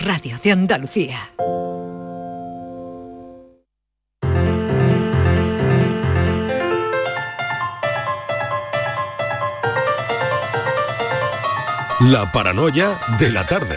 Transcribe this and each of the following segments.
Radio de Andalucía. La paranoia de la tarde.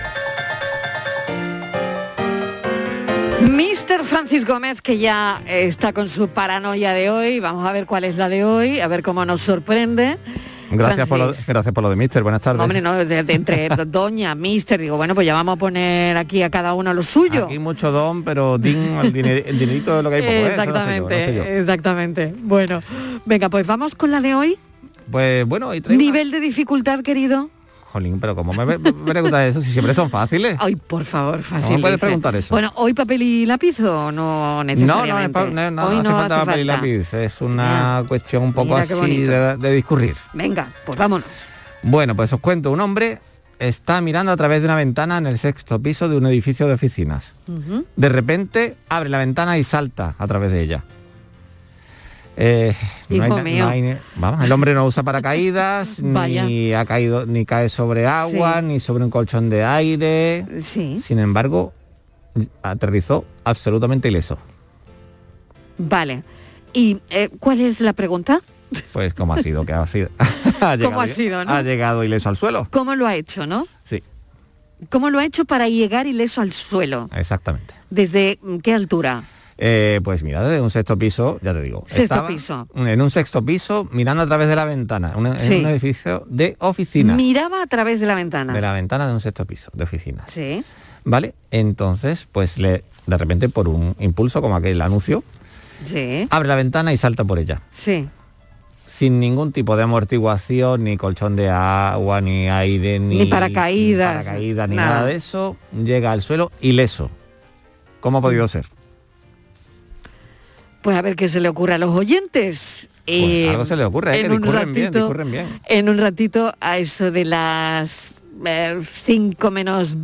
Mr. Francis Gómez, que ya está con su paranoia de hoy. Vamos a ver cuál es la de hoy, a ver cómo nos sorprende. Gracias por lo de Mister, buenas tardes. Hombre, no, entre doña, Mister, digo, bueno, pues ya vamos a poner aquí a cada uno lo suyo. Aquí mucho don, pero el dinerito de lo que hay poco. Exactamente, exactamente. Bueno, venga, pues vamos con la de hoy. Pues bueno, hoy traigo nivel de dificultad, querido. Jolín, pero ¿cómo me preguntas eso si siempre son fáciles? Ay, por favor, fáciles. ¿Cómo puedes preguntar eso? Bueno, ¿hoy papel y lápiz o no necesariamente? No hace falta papel y lápiz. Es una cuestión un poco así de discurrir. Venga, pues vámonos. Bueno, pues os cuento. Un hombre está mirando a través de una ventana en el 6º piso de un edificio de oficinas. Uh-huh. De repente abre la ventana y salta a través de ella. El hombre no usa paracaídas, ni cae sobre agua, ni sobre un colchón de aire. Sí. Sin embargo, aterrizó absolutamente ileso. Vale. ¿Y cuál es la pregunta? Pues ¿cómo ha sido? ¿Qué ha sido? ¿Cómo ha sido, no? Ha llegado ileso al suelo. ¿Cómo lo ha hecho, no? Sí. ¿Cómo lo ha hecho para llegar ileso al suelo? Exactamente. ¿Desde qué altura? Pues mira, desde un 6º piso, ya te digo. Sexto piso. En un 6º piso, mirando a través de la ventana, en un edificio de oficinas. Miraba a través de la ventana. De la ventana de un 6º piso, de oficinas. Sí. Vale, entonces, pues de repente, por un impulso, como aquel anuncio, abre la ventana y salta por ella. Sí. Sin ningún tipo de amortiguación, ni colchón de agua, ni aire, ni paracaídas. Ni nada de eso. Llega al suelo ileso. ¿Cómo ha podido ser? Pues a ver qué se le ocurre a los oyentes. Pues algo se le ocurre, que discurren bien. En un ratito, a eso de las 6 menos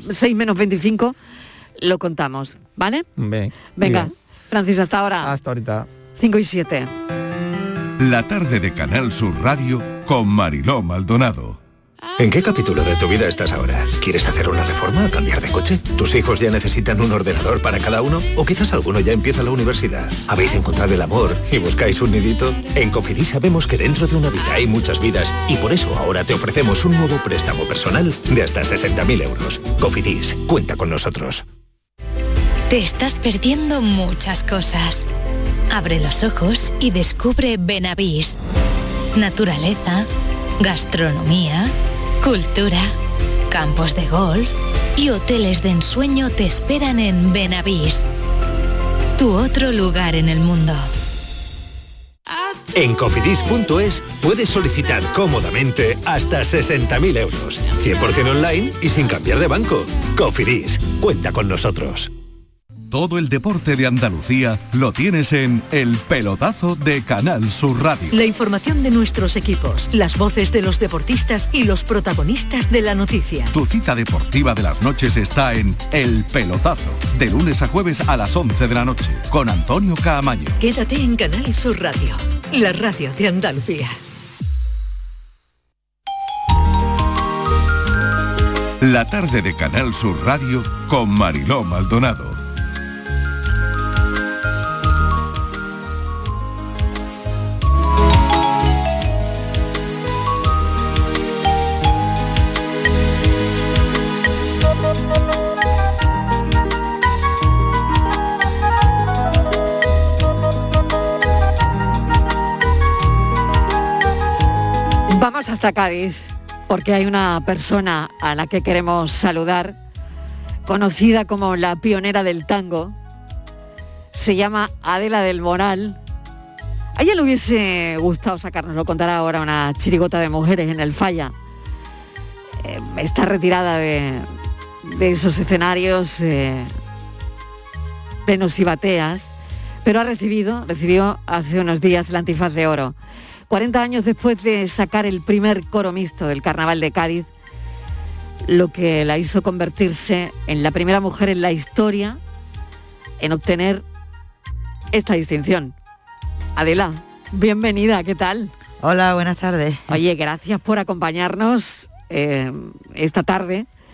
25, lo contamos, ¿vale? Venga, Francis, hasta ahora. Hasta ahorita. 5 y 7. La tarde de Canal Sur Radio con Mariló Maldonado. ¿En qué capítulo de tu vida estás ahora? ¿Quieres hacer una reforma o cambiar de coche? ¿Tus hijos ya necesitan un ordenador para cada uno? ¿O quizás alguno ya empieza la universidad? ¿Habéis encontrado el amor y buscáis un nidito? En Cofidis sabemos que dentro de una vida hay muchas vidas y por eso ahora te ofrecemos un nuevo préstamo personal de hasta 60.000 euros. Cofidis, cuenta con nosotros. Te estás perdiendo muchas cosas. Abre los ojos y descubre Benavís. Naturaleza, gastronomía, cultura, campos de golf y hoteles de ensueño te esperan en Benavís. Tu otro lugar en el mundo. En cofidis.es puedes solicitar cómodamente hasta 60.000 euros. 100% online y sin cambiar de banco. Cofidis, cuenta con nosotros. Todo el deporte de Andalucía lo tienes en El Pelotazo de Canal Sur Radio. La información de nuestros equipos, las voces de los deportistas y los protagonistas de la noticia. Tu cita deportiva de las noches está en El Pelotazo, de lunes a jueves a las 11 de la noche, con Antonio Caamaño. Quédate en Canal Sur Radio, la radio de Andalucía. La tarde de Canal Sur Radio con Mariló Maldonado. Vamos hasta Cádiz, porque hay una persona a la que queremos saludar, conocida como la pionera del tango. Se llama Adela del Moral. A ella le hubiese gustado sacarnos, lo contará ahora, una chirigota de mujeres en el Falla. Está retirada de esos escenarios plenos y bateas, pero recibió hace unos días el Antifaz de Oro. 40 años después de sacar el primer coro mixto del Carnaval de Cádiz, lo que la hizo convertirse en la primera mujer en la historia en obtener esta distinción. Adela, bienvenida, ¿qué tal? Hola, buenas tardes. Oye, gracias por acompañarnos esta tarde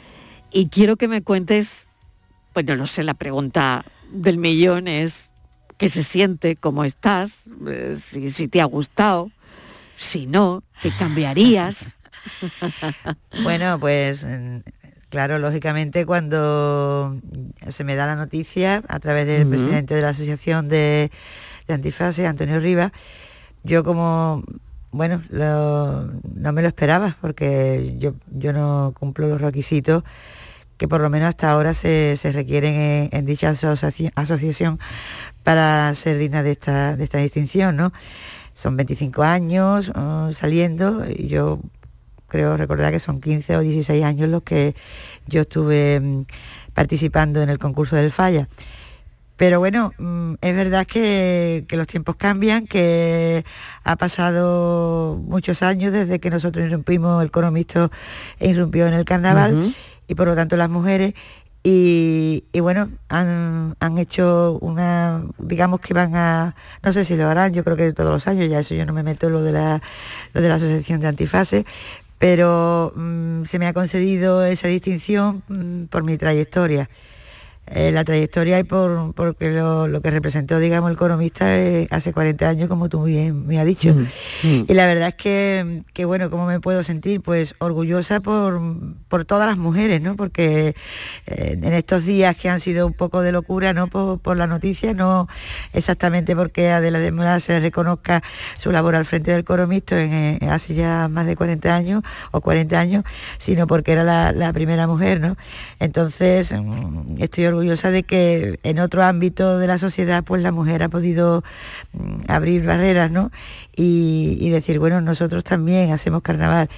Y quiero que me cuentes, pues no lo sé, la pregunta del millón es ¿qué se siente? ¿Cómo estás? Si te ha gustado, si no, ¿qué cambiarías? Bueno, pues claro, lógicamente cuando se me da la noticia a través del presidente de la Asociación de Antifase, Antonio Rivas, yo como, bueno, no me lo esperaba porque yo no cumplo los requisitos que por lo menos hasta ahora se requieren en dicha asociación para ser digna de esta distinción, ¿no? Son 25 años saliendo, y yo creo recordar que son 15 o 16 años los que yo estuve participando en el concurso del Falla. Pero bueno, es verdad que los tiempos cambian, que ha pasado muchos años desde que nosotros irrumpimos, el coro mixto irrumpió en el carnaval, y por lo tanto las mujeres, y bueno, han hecho una, digamos que van a, no sé si lo harán, yo creo que todos los años, ya eso yo no me meto en lo de la Asociación de Antifase, pero se me ha concedido esa distinción por mi trayectoria. La trayectoria y porque lo que representó, digamos, el coro mixto hace 40 años, como tú bien me has dicho. Y la verdad es que bueno, ¿cómo me puedo sentir? Pues orgullosa por todas las mujeres, ¿no? Porque en estos días que han sido un poco de locura, ¿no? Por la noticia, no exactamente porque a Adela de Mola se le reconozca su labor al frente del coro mixto hace ya más de 40 años, o 40 años, sino porque era la primera mujer, ¿no? Entonces, estoy orgullosa de que en otro ámbito de la sociedad pues la mujer ha podido abrir barreras, ¿no? Y decir, bueno, nosotros también hacemos carnaval.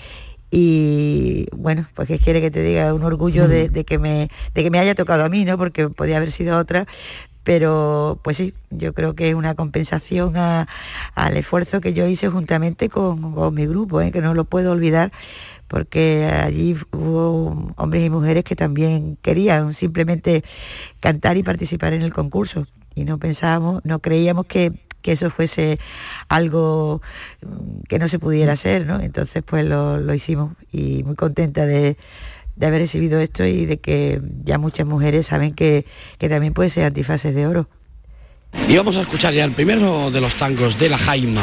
Y bueno, pues qué quiere que te diga, un orgullo de que me haya tocado a mí, ¿no? Porque podía haber sido otra, pero pues sí, yo creo que es una compensación al esfuerzo que yo hice juntamente con mi grupo, que no lo puedo olvidar, porque allí hubo hombres y mujeres que también querían simplemente cantar y participar en el concurso, y no creíamos que eso fuese algo que no se pudiera hacer, ¿no? Entonces pues lo hicimos, y muy contenta de haber recibido esto, y de que ya muchas mujeres saben que también puede ser Antifases de Oro. Y vamos a escuchar ya el primero de los tangos de La Jaima.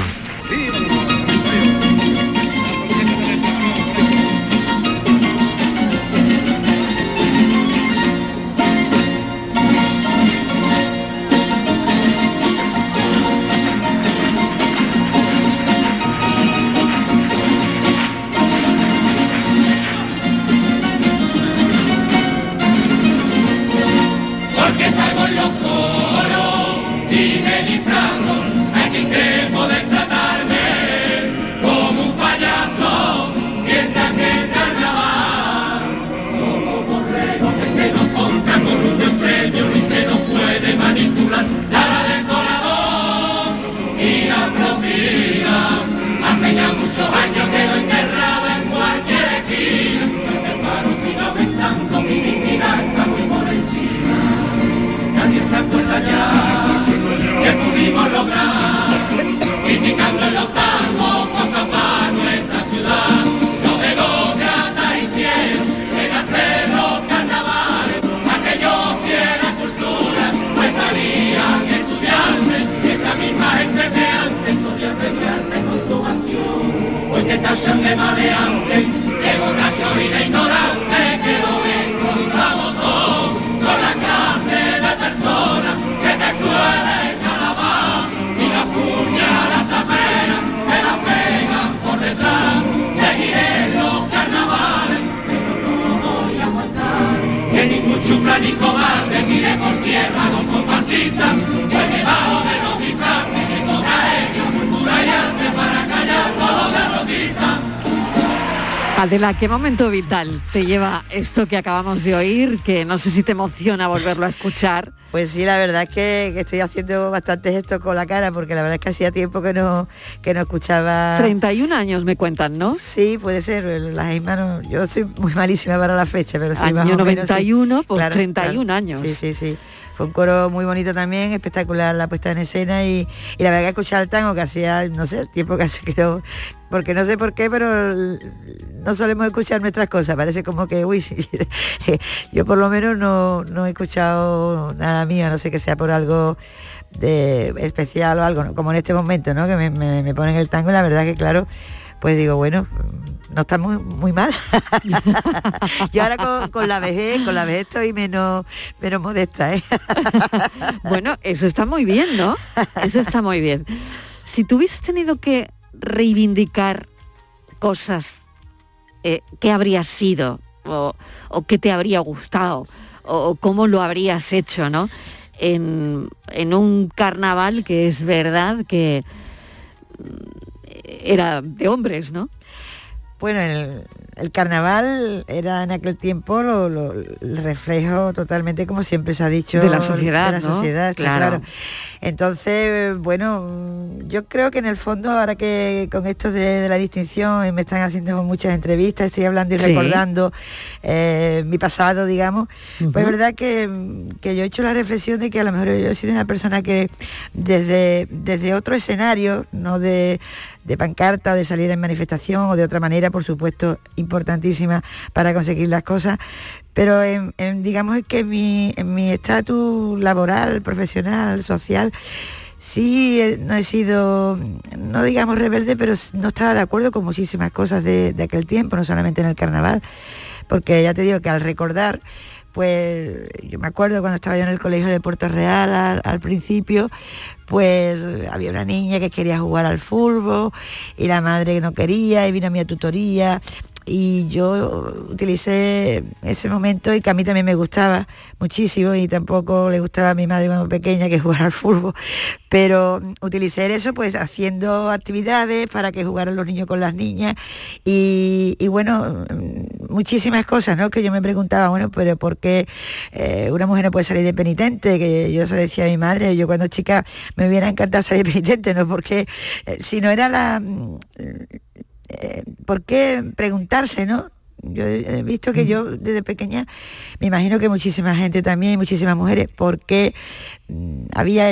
Adela, ¿qué momento vital te lleva esto que acabamos de oír? Que no sé si te emociona volverlo a escuchar. Pues sí, la verdad es que estoy haciendo bastantes gestos con la cara, porque la verdad es que hacía tiempo que no escuchaba. 31 años me cuentan, ¿no? Sí, puede ser. La Jaima no, yo soy muy malísima para la fecha, pero sí, año más o 91, menos, sí. Pues claro, 31 claro. años. Sí. Fue un coro muy bonito también, espectacular la puesta en escena y la verdad que escuchar el tango que hacía, no sé, el tiempo que hace que no, porque no sé por qué, pero no solemos escuchar nuestras cosas, parece como que, uy, yo por lo menos no he escuchado nada mío, no sé que sea por algo de especial o algo, ¿no? Como en este momento, ¿no? Que me ponen el tango y la verdad que claro, pues digo, bueno, no está muy mal. Yo ahora con la vejez estoy menos modesta, ¿eh? Bueno, eso está muy bien, ¿no? Eso está muy bien. Si tú hubieses tenido que reivindicar cosas, ¿qué habría sido? O qué te habría gustado? O cómo lo habrías hecho, ¿no? En un carnaval que es verdad que era de hombres, ¿no? Bueno, el carnaval era en aquel tiempo el reflejo totalmente, como siempre se ha dicho, de la sociedad, de la ¿no? sociedad, claro. Entonces, bueno, yo creo que en el fondo, ahora que con esto de la distinción me están haciendo muchas entrevistas, estoy hablando y recordando mi pasado, digamos, pues es verdad que yo he hecho la reflexión de que a lo mejor yo he sido una persona que desde otro escenario, no de pancarta o de salir en manifestación o de otra manera, por supuesto, importantísima para conseguir las cosas, pero digamos que en mi estatus laboral, profesional, social, sí no he sido, no digamos rebelde, pero no estaba de acuerdo con muchísimas cosas de aquel tiempo, no solamente en el carnaval, porque ya te digo que al recordar, pues yo me acuerdo cuando estaba yo en el colegio de Puerto Real al principio, pues había una niña que quería jugar al fútbol y la madre no quería y vino a mi tutoría y yo utilicé ese momento y que a mí también me gustaba muchísimo y tampoco le gustaba a mi madre cuando pequeña que jugara al fútbol, pero utilicé eso pues haciendo actividades para que jugaran los niños con las niñas y bueno, muchísimas cosas, ¿no? Que yo me preguntaba, bueno, pero ¿por qué una mujer no puede salir de penitente? Que yo eso decía a mi madre, yo cuando chica me hubiera encantado salir de penitente, ¿no? Porque si no era ¿por qué preguntarse, no? Yo he visto que yo desde pequeña, me imagino que muchísima gente también, muchísimas mujeres, porque había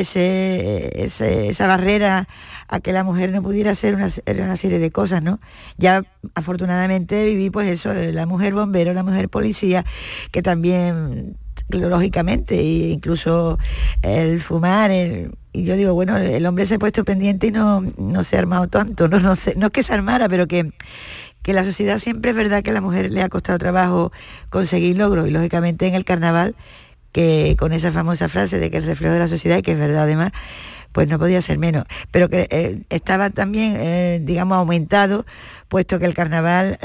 esa barrera a que la mujer no pudiera hacer una serie de cosas, ¿no? Ya afortunadamente viví pues eso, la mujer bombero, la mujer policía, que también lógicamente, e incluso el fumar, y yo digo, bueno, el hombre se ha puesto pendiente y no se ha armado tanto, no es que se armara, pero que la sociedad siempre es verdad que a la mujer le ha costado trabajo conseguir logros, y lógicamente en el carnaval, que con esa famosa frase de que el reflejo de la sociedad, y que es verdad además, pues no podía ser menos, pero que estaba también, digamos, aumentado, puesto que el carnaval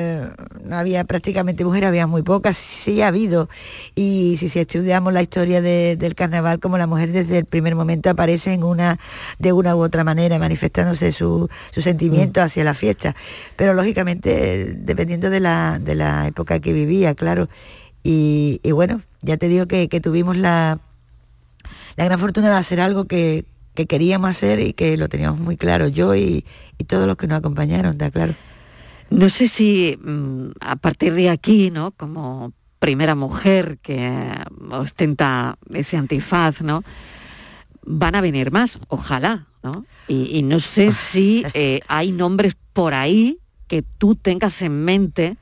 no había prácticamente mujeres, había muy pocas, sí ha habido, y si estudiamos la historia del carnaval, como la mujer desde el primer momento aparece de una u otra manera, manifestándose su sentimiento hacia la fiesta, pero lógicamente dependiendo de la época que vivía, claro, y bueno, ya te digo que tuvimos la gran fortuna de hacer algo que queríamos hacer y que lo teníamos muy claro, yo y todos los que nos acompañaron, está claro. No sé si a partir de aquí, ¿no? Como primera mujer que ostenta ese antifaz, ¿no? Van a venir más, ojalá, ¿no? Y no sé si hay nombres por ahí que tú tengas en mente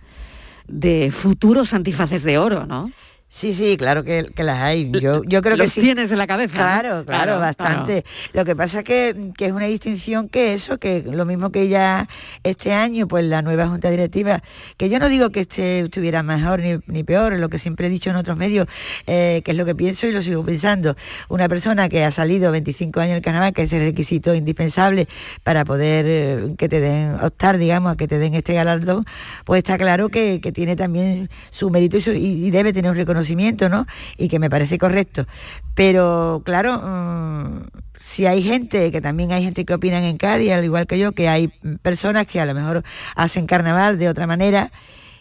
de futuros antifaces de oro, ¿no? Sí, claro que las hay. Yo creo que los sí. Tienes en la cabeza. Claro, bastante. Claro. Lo que pasa que es una distinción que lo mismo que ya este año, pues la nueva Junta Directiva, que yo no digo que estuviera mejor ni peor, lo que siempre he dicho en otros medios, que es lo que pienso y lo sigo pensando. Una persona que ha salido 25 años del carnaval, que es el requisito indispensable para poder que te den, optar, digamos, a que te den este galardón, pues está claro que tiene también su mérito y debe tener un reconocimiento, ¿no? Y que me parece correcto. Pero claro, si hay gente, que también hay gente que opinan en Cádiz, al igual que yo, que hay personas que a lo mejor hacen carnaval de otra manera.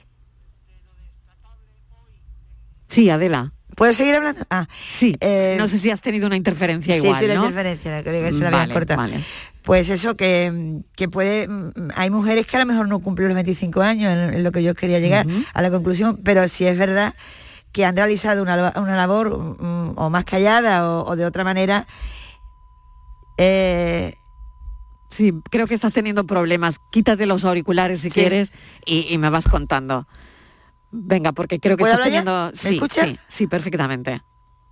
Sí, Adela. ¿Puedo seguir hablando? Sí. No sé si has tenido una interferencia igual, sí, ¿no? una interferencia, que se la habían cortado. Vale. Pues eso, que hay mujeres que a lo mejor no cumplen los 25 años, en lo que yo quería llegar a la conclusión, pero sí es verdad que han realizado una labor o más callada o de otra manera. Sí, creo que estás teniendo problemas. Quítate los auriculares si quieres y me vas contando. Venga, porque creo que estás teniendo... ¿Me escuchas? Sí, perfectamente.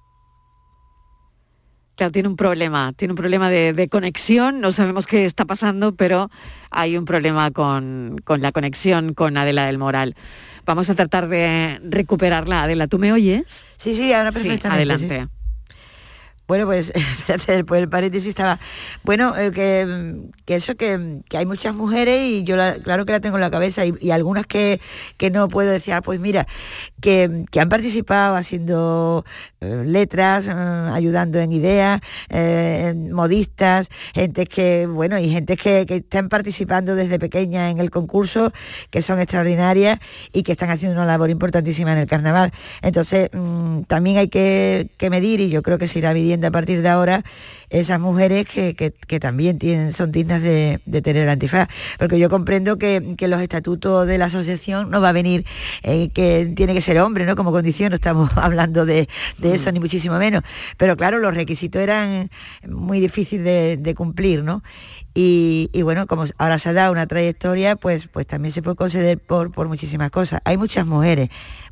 Claro, tiene un problema de conexión, no sabemos qué está pasando, pero hay un problema con la conexión con Adela del Moral. Vamos a tratar de recuperarla. Adela, ¿tú me oyes? Sí, ahora perfectamente. Sí, adelante. Sí. Bueno, pues, espérate, después del paréntesis estaba... Bueno, que hay muchas mujeres y yo claro que la tengo en la cabeza y algunas que no puedo decir, pues mira, que han participado haciendo letras, ayudando en ideas, modistas, gente que están participando desde pequeña en el concurso, que son extraordinarias y que están haciendo una labor importantísima en el carnaval. Entonces, también hay que medir, y yo creo que se irá midiendo a partir de ahora, esas mujeres que también son dignas de tener el antifaz, porque yo comprendo que los estatutos de la asociación no va a venir que tiene que ser hombre, ¿no? Como condición, no estamos hablando de eso ni muchísimo menos, pero claro, los requisitos eran muy difíciles de cumplir, ¿no? Y bueno, como ahora se ha dado una trayectoria, pues también se puede conceder por muchísimas cosas. Hay muchas mujeres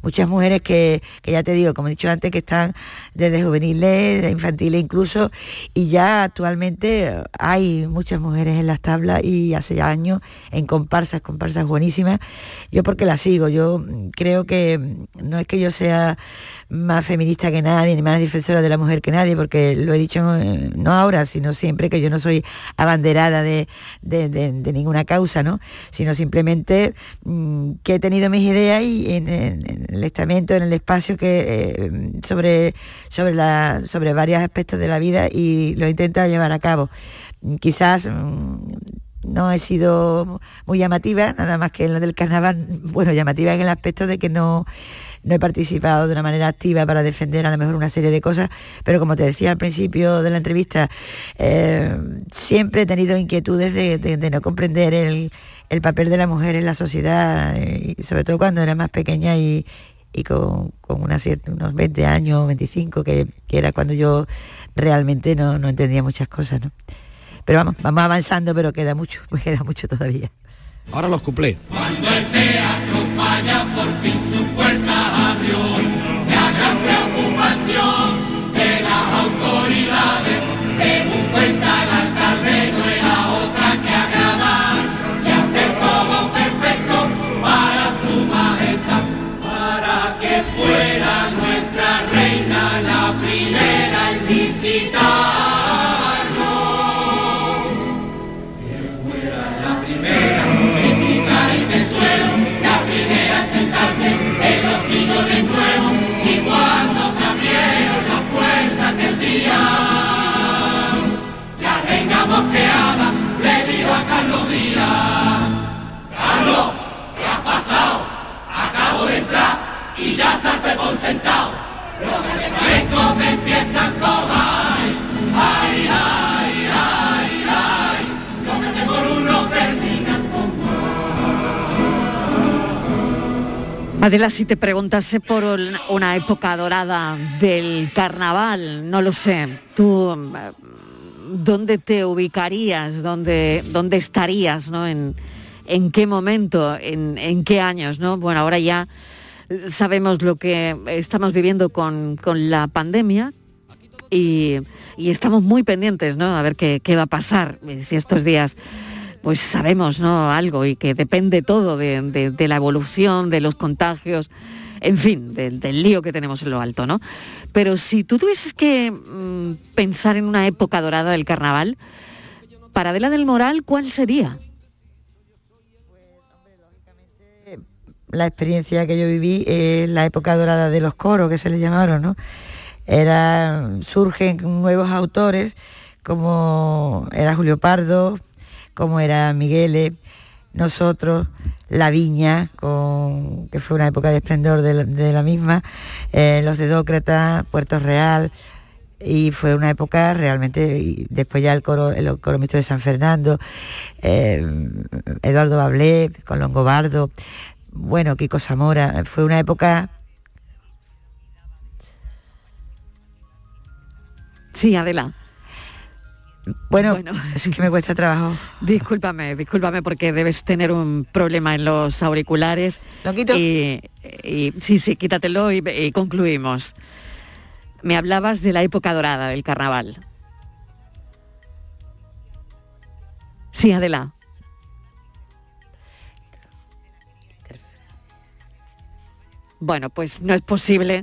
que ya te digo, como he dicho antes, que están desde juveniles, de infantiles incluso, y ya actualmente hay muchas mujeres en las tablas y hace años en comparsas buenísimas. Yo porque las sigo, yo creo que no es que yo sea más feminista que nadie, ni más defensora de la mujer que nadie, porque lo he dicho no ahora, sino siempre, que yo no soy abanderada de ninguna causa, ¿no? Sino simplemente que he tenido mis ideas y en el estamento, en el espacio que sobre varios aspectos de la vida, y lo he intentado llevar a cabo. Quizás no he sido muy llamativa, nada más que en lo del carnaval, bueno, llamativa en el aspecto de que no he participado de una manera activa para defender a lo mejor una serie de cosas, pero como te decía al principio de la entrevista, siempre he tenido inquietudes de no comprender el papel de la mujer en la sociedad, y sobre todo cuando era más pequeña y con unos 20 años, 25, que era cuando yo realmente no entendía muchas cosas, ¿no? Pero vamos avanzando, pero queda mucho todavía. Ahora los cuplés. Cuando el teatro falla, por fin su puerta abrió, la gran preocupación de las autoridades, según cuenta el alcalde, no era otra que agradar y hacer todo perfecto para su majestad, para que fuera nuestra reina la primera en visitar. Y ya está el pepón sentado, los refrescos empiezan todas, ay, ay, ay, ay, los que por uno terminan con más. Adela, si te preguntase por una época dorada del carnaval, no lo sé, tú, ¿dónde te ubicarías? ¿Dónde estarías, ¿no? ¿En qué momento? ¿En qué años, no? Bueno, ahora ya sabemos lo que estamos viviendo con la pandemia y estamos muy pendientes, ¿no? A ver qué va a pasar, si estos días pues sabemos, ¿no? Algo, y que depende todo de la evolución, de los contagios, en fin, del lío que tenemos en lo alto, ¿no? Pero si tú tuvieses que pensar en una época dorada del carnaval, para Adela del Moral, ¿cuál sería? La experiencia que yo viví es la época dorada de los coros, que se les llamaron, ¿no? Surgen nuevos autores, como era Julio Pardo, como era Migueles, nosotros, La Viña, que fue una época de esplendor de la misma, los Dedócratas, Puerto Real, y fue una época realmente, y después ya el coro mixto de San Fernando, Eduardo Bablé, con Longobardo, bueno, Kiko Zamora, fue una época Sí, Adela. Bueno, es que me cuesta trabajo. Discúlpame porque debes tener un problema en los auriculares. ¿Lo quito? Sí, quítatelo y concluimos. Me hablabas de la época dorada del carnaval. Sí, Adela. Bueno, pues no es posible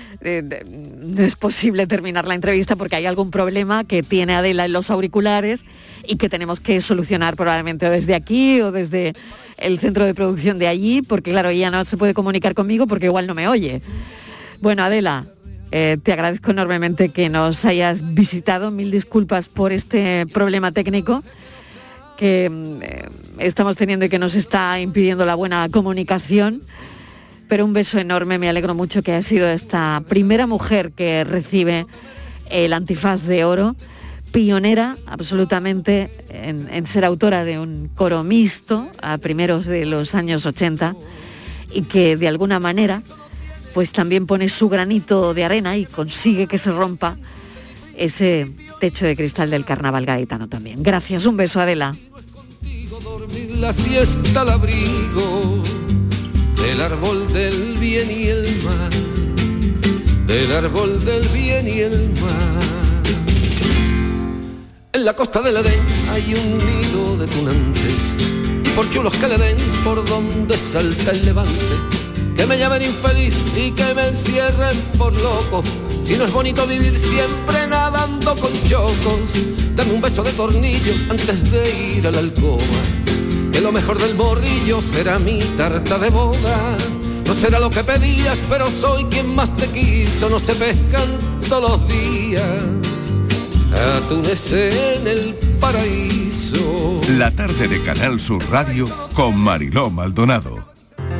terminar la entrevista porque hay algún problema que tiene Adela en los auriculares y que tenemos que solucionar probablemente desde aquí o desde el centro de producción de allí, porque claro, ella no se puede comunicar conmigo porque igual no me oye. Bueno, Adela, te agradezco enormemente que nos hayas visitado. Mil disculpas por este problema técnico que estamos teniendo y que nos está impidiendo la buena comunicación. Pero un beso enorme, me alegro mucho que haya sido esta primera mujer que recibe el Antifaz de Oro, pionera absolutamente en ser autora de un coro mixto a primeros de los años 80 y que de alguna manera pues también pone su granito de arena y consigue que se rompa ese techo de cristal del carnaval gaditano también. Gracias, un beso, Adela. Dormir la siesta al abrigo del árbol del bien y el mal, del árbol del bien y el mal. En la costa del Edén hay un nido de tunantes, y por chulos que le den por donde salta el levante, que me llamen infeliz y que me encierren por loco, si no es bonito vivir siempre nadando con chocos. Dame un beso de tornillo antes de ir a la alcoba, que lo mejor del morrillo será mi tarta de boda. No será lo que pedías, pero soy quien más te quiso. No se pescan todos los días atunes en el paraíso. La tarde de Canal Sur Radio con Mariló Maldonado.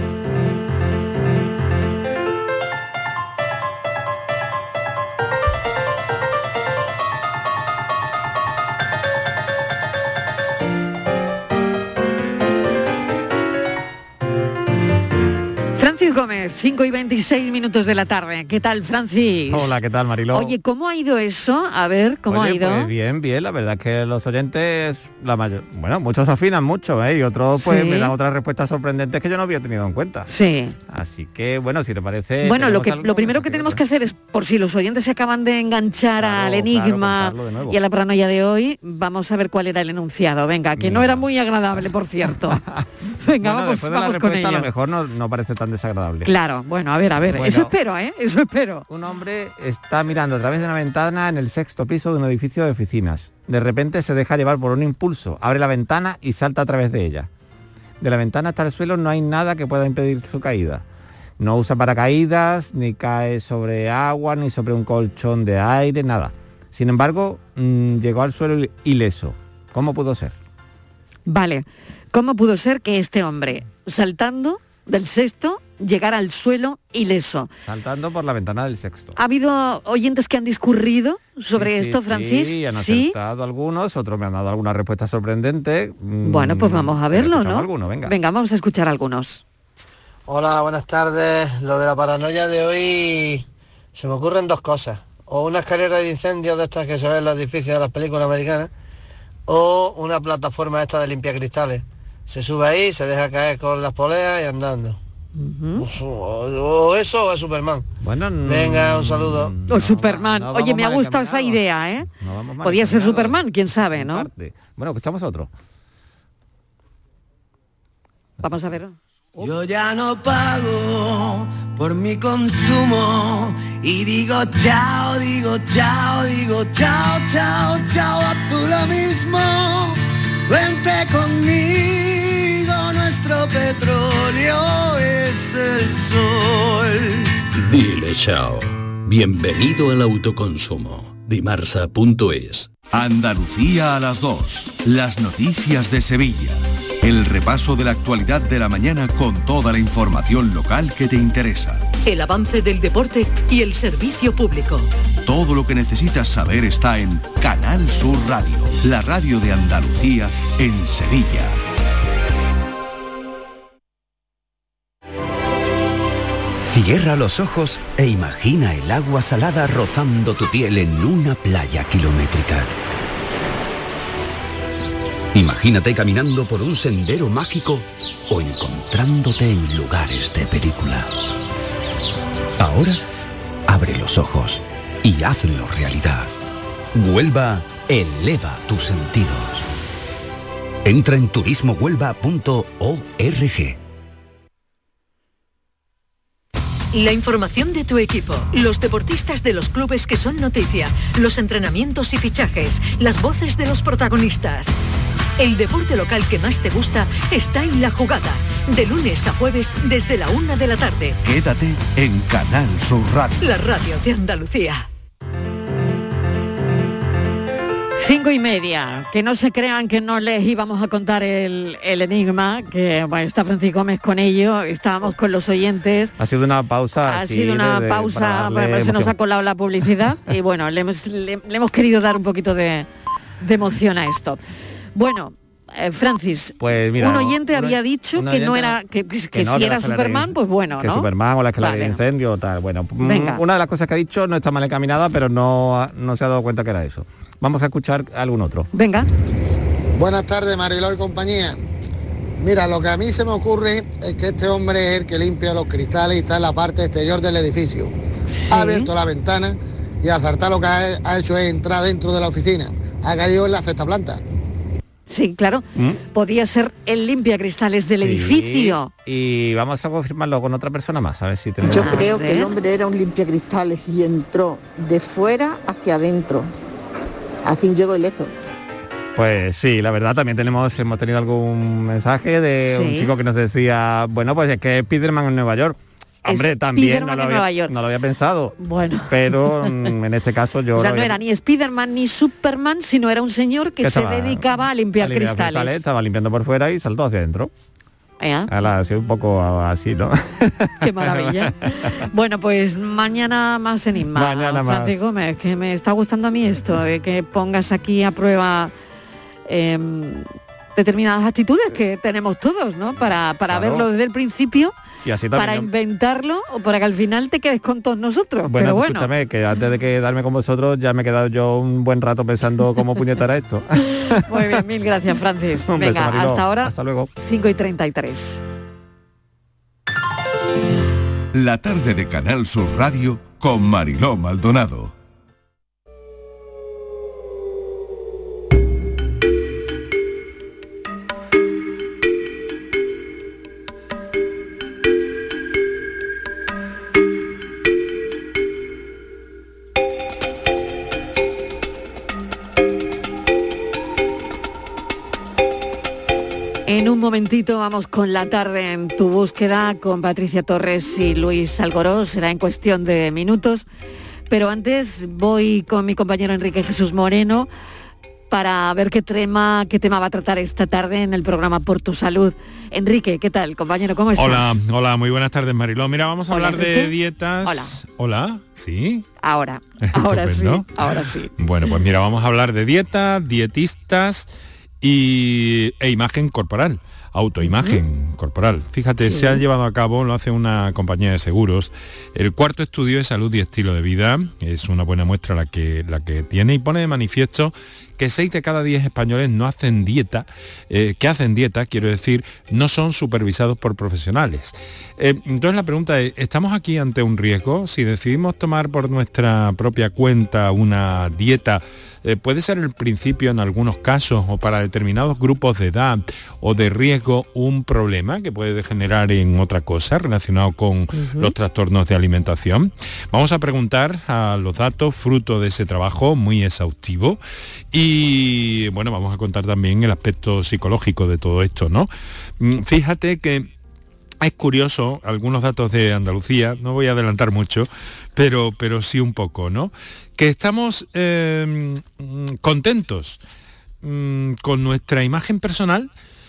Gómez, 5:26 de la tarde. ¿Qué tal, Francis? Hola, ¿qué tal, Mariló? Oye, ¿cómo ha ido eso? A ver, ¿cómo ha ido? Pues bien, la verdad es que los oyentes, muchos afinan mucho, y otros pues me dan otras respuestas sorprendentes que yo no había tenido en cuenta. Sí. Así que, bueno, si te parece... Bueno, lo primero que tenemos que hacer es, por si los oyentes se acaban de enganchar al enigma y a la paranoia de hoy, vamos a ver cuál era el enunciado. Venga, que no era muy agradable, por cierto. Venga, vamos con ello. A lo mejor no parece tan desagradable. Claro, bueno, a ver, bueno, eso espero. Un hombre está mirando a través de una ventana en el 6º piso de un edificio de oficinas. De repente se deja llevar por un impulso, abre la ventana y salta a través de ella. De la ventana hasta el suelo no hay nada que pueda impedir su caída. No usa paracaídas, ni cae sobre agua, ni sobre un colchón de aire, nada. Sin embargo, llegó al suelo ileso. ¿Cómo pudo ser? Vale, ¿cómo pudo ser que este hombre, saltando del 6º, llegara al suelo ileso? Saltando por la ventana del 6º. ¿Ha habido oyentes que han discurrido sobre esto, Francis? Sí, han acertado algunos, otros me han dado alguna respuesta sorprendente. Bueno, pues vamos a verlo, ¿no? Alguno, venga, vamos a escuchar algunos. Hola, buenas tardes. Lo de la paranoia de hoy, se me ocurren dos cosas. O una escalera de incendios de estas que se ven en los edificios de las películas americanas, o una plataforma esta de limpiacristales. Se sube ahí, se deja caer con las poleas y andando. O eso o es Superman. Bueno, venga, un saludo. O Superman. Oye, me ha gustado esa idea, ¿eh? Podía ser Superman, quién sabe, ¿no? Bueno, escuchamos otro. Vamos a ver. Yo ya no pago por mi consumo y digo chao, chao, chao, a tú lo mismo. Vente conmigo, nuestro petróleo es el sol. Dile chao. Bienvenido al autoconsumo. Dimarsa.es. Andalucía a las 2. Las noticias de Sevilla. El repaso de la actualidad de la mañana con toda la información local que te interesa. El avance del deporte y el servicio público. Todo lo que necesitas saber está en Canal Sur Radio, la radio de Andalucía en Sevilla. Cierra los ojos e imagina el agua salada rozando tu piel en una playa kilométrica. Imagínate caminando por un sendero mágico o encontrándote en lugares de película. Ahora, abre los ojos y hazlo realidad. Huelva eleva tus sentidos. Entra en turismohuelva.org. La información de tu equipo, los deportistas de los clubes que son noticia, los entrenamientos y fichajes, las voces de los protagonistas. El deporte local que más te gusta está en La Jugada, de lunes a jueves desde la 1 de la tarde. Quédate en Canal Sur Radio. La radio de Andalucía. 5:30, que no se crean que no les íbamos a contar el enigma, que bueno, está Francisco Gómez con ello, estábamos con los oyentes. Ha sido una pausa. Ha sido una pausa, se nos ha colado la publicidad y bueno, le hemos querido dar un poquito de emoción a esto. Bueno, Francis, pues mira, un oyente había dicho que no era, que no, si era Superman, pues bueno, que ¿no? Superman o la escalera de incendio o tal. Bueno, una de las cosas que ha dicho no está mal encaminada, pero no se ha dado cuenta que era eso. Vamos a escuchar algún otro. Venga. Buenas tardes, Mariló y compañía. Mira, lo que a mí se me ocurre es que este hombre es el que limpia los cristales y está en la parte exterior del edificio. Sí. Ha abierto la ventana y al saltar lo que ha hecho es entrar dentro de la oficina. Ha caído en la 6ª planta. Sí, claro. Podía ser el limpiacristales del edificio. Y vamos a confirmarlo con otra persona más, a ver si tenemos... Yo creo que el hombre era un limpiacristales y entró de fuera hacia adentro. Así llegó ileso. Pues sí, la verdad también hemos tenido algún mensaje de un chico que nos decía, bueno, pues es que Spiderman en Nueva York. Hombre, también no lo había pensado. Bueno. Pero en este caso yo... O sea, no era ni Spiderman ni Superman, sino era un señor que se dedicaba a limpiar cristales. Estaba limpiando por fuera y saltó hacia adentro. Ha sido un poco así, ¿no? Qué maravilla. Bueno, pues mañana más enigma. Mañana más. Francisco Gómez, que me está gustando a mí esto, de que pongas aquí a prueba determinadas actitudes que tenemos todos, ¿no? Para verlo desde el principio. Y así para inventarlo o para que al final te quedes con todos nosotros. Bueno, pero bueno. Escúchame, que antes de quedarme con vosotros ya me he quedado yo un buen rato pensando cómo puñetar esto. Muy bien, mil gracias, Francis. Un Venga, beso, Mariló. hasta ahora. Hasta luego. 5:33. La tarde de Canal Sur Radio con Mariló Maldonado. En un momentito vamos con la tarde en tu búsqueda con Patricia Torres y Luis Algorós. Será en cuestión de minutos. Pero antes voy con mi compañero Enrique Jesús Moreno para ver qué tema va a tratar esta tarde en el programa Por tu Salud. Enrique, ¿qué tal, compañero? ¿Cómo estás? Hola, muy buenas tardes, Mariló. Mira, vamos a hablar de dietas. Hola, ¿sí? Ahora sí. Bueno, pues mira, vamos a hablar de dietas, dietistas e imagen corporal, autoimagen corporal. Fíjate, se ha llevado a cabo, lo hace una compañía de seguros, el 4º estudio de salud y estilo de vida. Es una buena muestra la que tiene y pone de manifiesto que 6 de cada 10 españoles no hacen dieta, que hacen dieta, quiero decir, no son supervisados por profesionales. Entonces la pregunta es, ¿estamos aquí ante un riesgo? Si decidimos tomar por nuestra propia cuenta una dieta, puede ser el principio en algunos casos o para determinados grupos de edad o de riesgo un problema que puede degenerar en otra cosa relacionado con los trastornos de alimentación. Vamos a preguntar a los datos fruto de ese trabajo muy exhaustivo y bueno, vamos a contar también el aspecto psicológico de todo esto, ¿no? Fíjate que es curioso, algunos datos de Andalucía, no voy a adelantar mucho, pero sí un poco, ¿no? Que estamos contentos con nuestra imagen personal,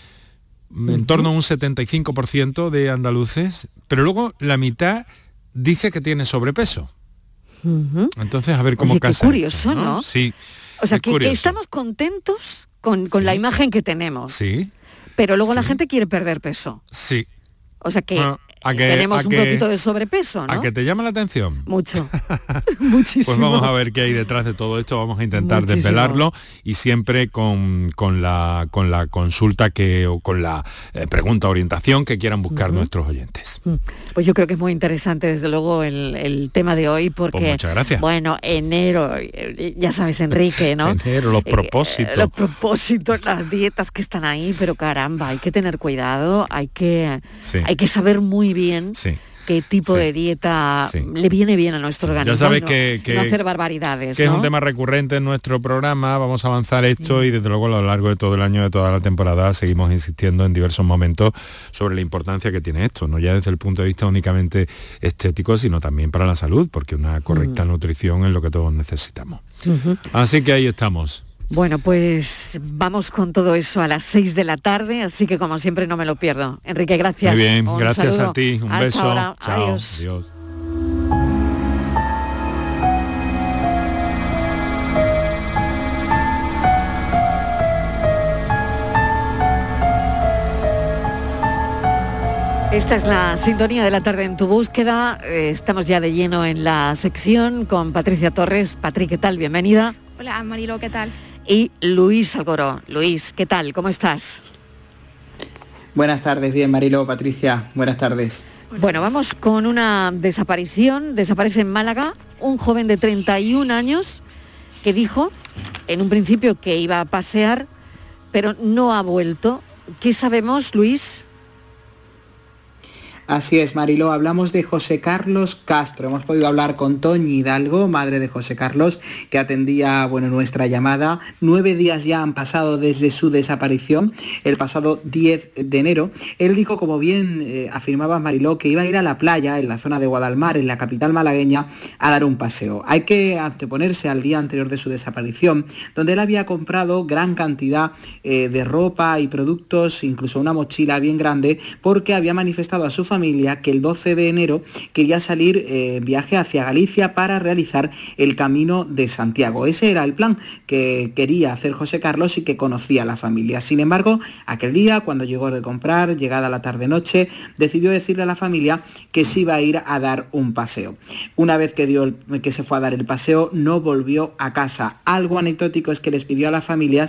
en torno a un 75% de andaluces, pero luego la mitad dice que tiene sobrepeso. Entonces, a ver cómo casa. Qué curioso, esto, ¿no? Sí. O sea, que estamos contentos con la imagen que tenemos. Sí. Pero luego la gente quiere perder peso. Sí. O sea que tenemos un poquito de sobrepeso, ¿no? ¿A que te llama la atención? Mucho. Muchísimo. Pues vamos a ver qué hay detrás de todo esto, vamos a intentar desvelarlo, y siempre con la consulta o con la pregunta, orientación que quieran buscar nuestros oyentes. Pues yo creo que es muy interesante, desde luego, el tema de hoy, porque, pues muchas gracias. Bueno, enero, ya sabes, Enrique, ¿no? Enero, los propósitos. Los propósitos, las dietas que están ahí, pero caramba, hay que tener cuidado, hay que saber muy bien qué tipo de dieta le viene bien a nuestro organismo. Ya sabes no, que no hacer barbaridades, que ¿no? es un tema recurrente en nuestro programa. Vamos a avanzar esto y desde luego a lo largo de todo el año, de toda la temporada, seguimos insistiendo en diversos momentos sobre la importancia que tiene esto, no ya desde el punto de vista únicamente estético, sino también para la salud, porque una correcta nutrición es lo que todos necesitamos. Así que ahí estamos. Bueno, pues vamos con todo eso a las 6 de la tarde, así que como siempre no me lo pierdo. Enrique, gracias. Muy bien, gracias saludo. a ti, un Hasta beso. Ahora. Chao. Adiós. Adiós. Esta es la sintonía de la tarde en tu búsqueda. Estamos ya de lleno en la sección con Patricia Torres. Patri, ¿qué tal? Bienvenida. Hola, Marilo, ¿qué tal? Y Luis Algoró. Luis, ¿qué tal? ¿Cómo estás? Buenas tardes, bien, Marilo, Patricia, buenas tardes. Bueno, vamos con una desaparición. Desaparece en Málaga un joven de 31 años que dijo en un principio que iba a pasear, pero no ha vuelto. ¿Qué sabemos, Luis? Así es, Mariló, hablamos de José Carlos Castro. Hemos podido hablar con Toñi Hidalgo, madre de José Carlos, que atendía nuestra llamada. 9 días ya han pasado desde su desaparición, el pasado 10 de enero. Él dijo, como bien afirmaba Mariló, que iba a ir a la playa, en la zona de Guadalmar, en la capital malagueña, a dar un paseo. Hay que anteponerse al día anterior de su desaparición, donde él había comprado gran cantidad de ropa y productos, incluso una mochila bien grande, porque había manifestado a su familia que el 12 de enero quería salir en viaje hacia Galicia para realizar el Camino de Santiago. Ese era el plan que quería hacer José Carlos y que conocía la familia. Sin embargo, aquel día, cuando llegó de comprar, llegada la tarde-noche, decidió decirle a la familia que se iba a ir a dar un paseo. Una vez que se fue a dar el paseo, no volvió a casa. Algo anecdótico es que les pidió a la familia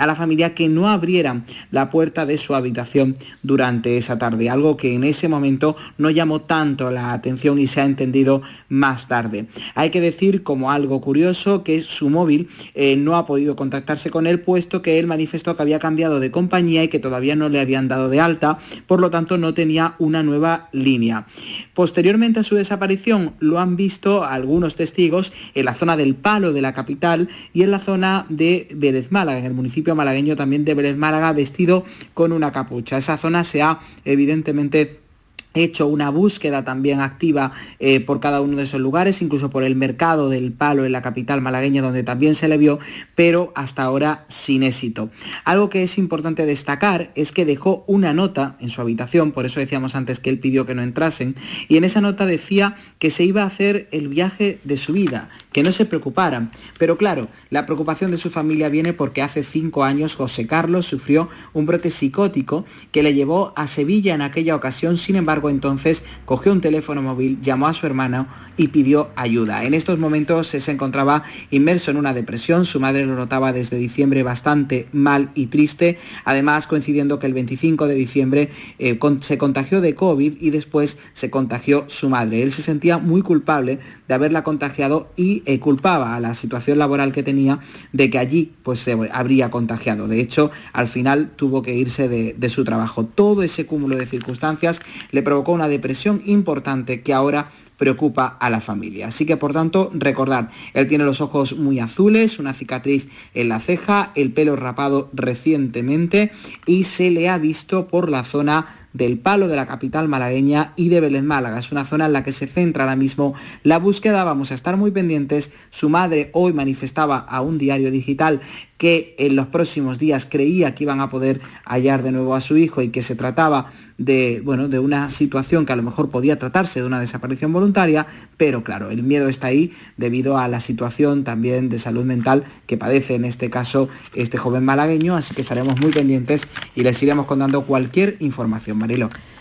que no abrieran la puerta de su habitación durante esa tarde, algo que en ese momento no llamó tanto la atención y se ha entendido más tarde. Hay que decir, como algo curioso, que su móvil no ha podido contactarse con él, puesto que él manifestó que había cambiado de compañía y que todavía no le habían dado de alta, por lo tanto no tenía una nueva línea. Posteriormente a su desaparición lo han visto algunos testigos en la zona del Palo de la capital y en la zona de Vélez Málaga, en el municipio malagueño también de Vélez Málaga, vestido con una capucha. Esa zona se ha evidentemente hecho una búsqueda también activa por cada uno de esos lugares, incluso por el mercado del Palo en la capital malagueña, donde también se le vio, pero hasta ahora sin éxito. Algo que es importante destacar es que dejó una nota en su habitación, por eso decíamos antes que él pidió que no entrasen, y en esa nota decía que se iba a hacer el viaje de su vida, que no se preocuparan. Pero claro, la preocupación de su familia viene porque hace 5 años José Carlos sufrió un brote psicótico que le llevó a Sevilla en aquella ocasión. Sin embargo, entonces cogió un teléfono móvil, llamó a su hermano y pidió ayuda. En estos momentos se encontraba inmerso en una depresión. Su madre lo notaba desde diciembre bastante mal y triste, además coincidiendo que el 25 de diciembre se contagió de COVID y después se contagió su madre. Él se sentía muy culpable de haberla contagiado y culpaba a la situación laboral que tenía de que allí pues se habría contagiado. De hecho, al final tuvo que irse de su trabajo. Todo ese cúmulo de circunstancias le provocó una depresión importante que ahora preocupa a la familia. Así que, por tanto, recordar, él tiene los ojos muy azules, una cicatriz en la ceja, el pelo rapado recientemente y se le ha visto por la zona del Palo de la capital malagueña y de Vélez Málaga. Es una zona en la que se centra ahora mismo la búsqueda. Vamos a estar muy pendientes. Su madre hoy manifestaba a un diario digital que en los próximos días creía que iban a poder hallar de nuevo a su hijo y que se trataba de una situación que a lo mejor podía tratarse de una desaparición voluntaria, pero claro, el miedo está ahí debido a la situación también de salud mental que padece en este caso este joven malagueño, así que estaremos muy pendientes y les iremos contando cualquier información. Marilo.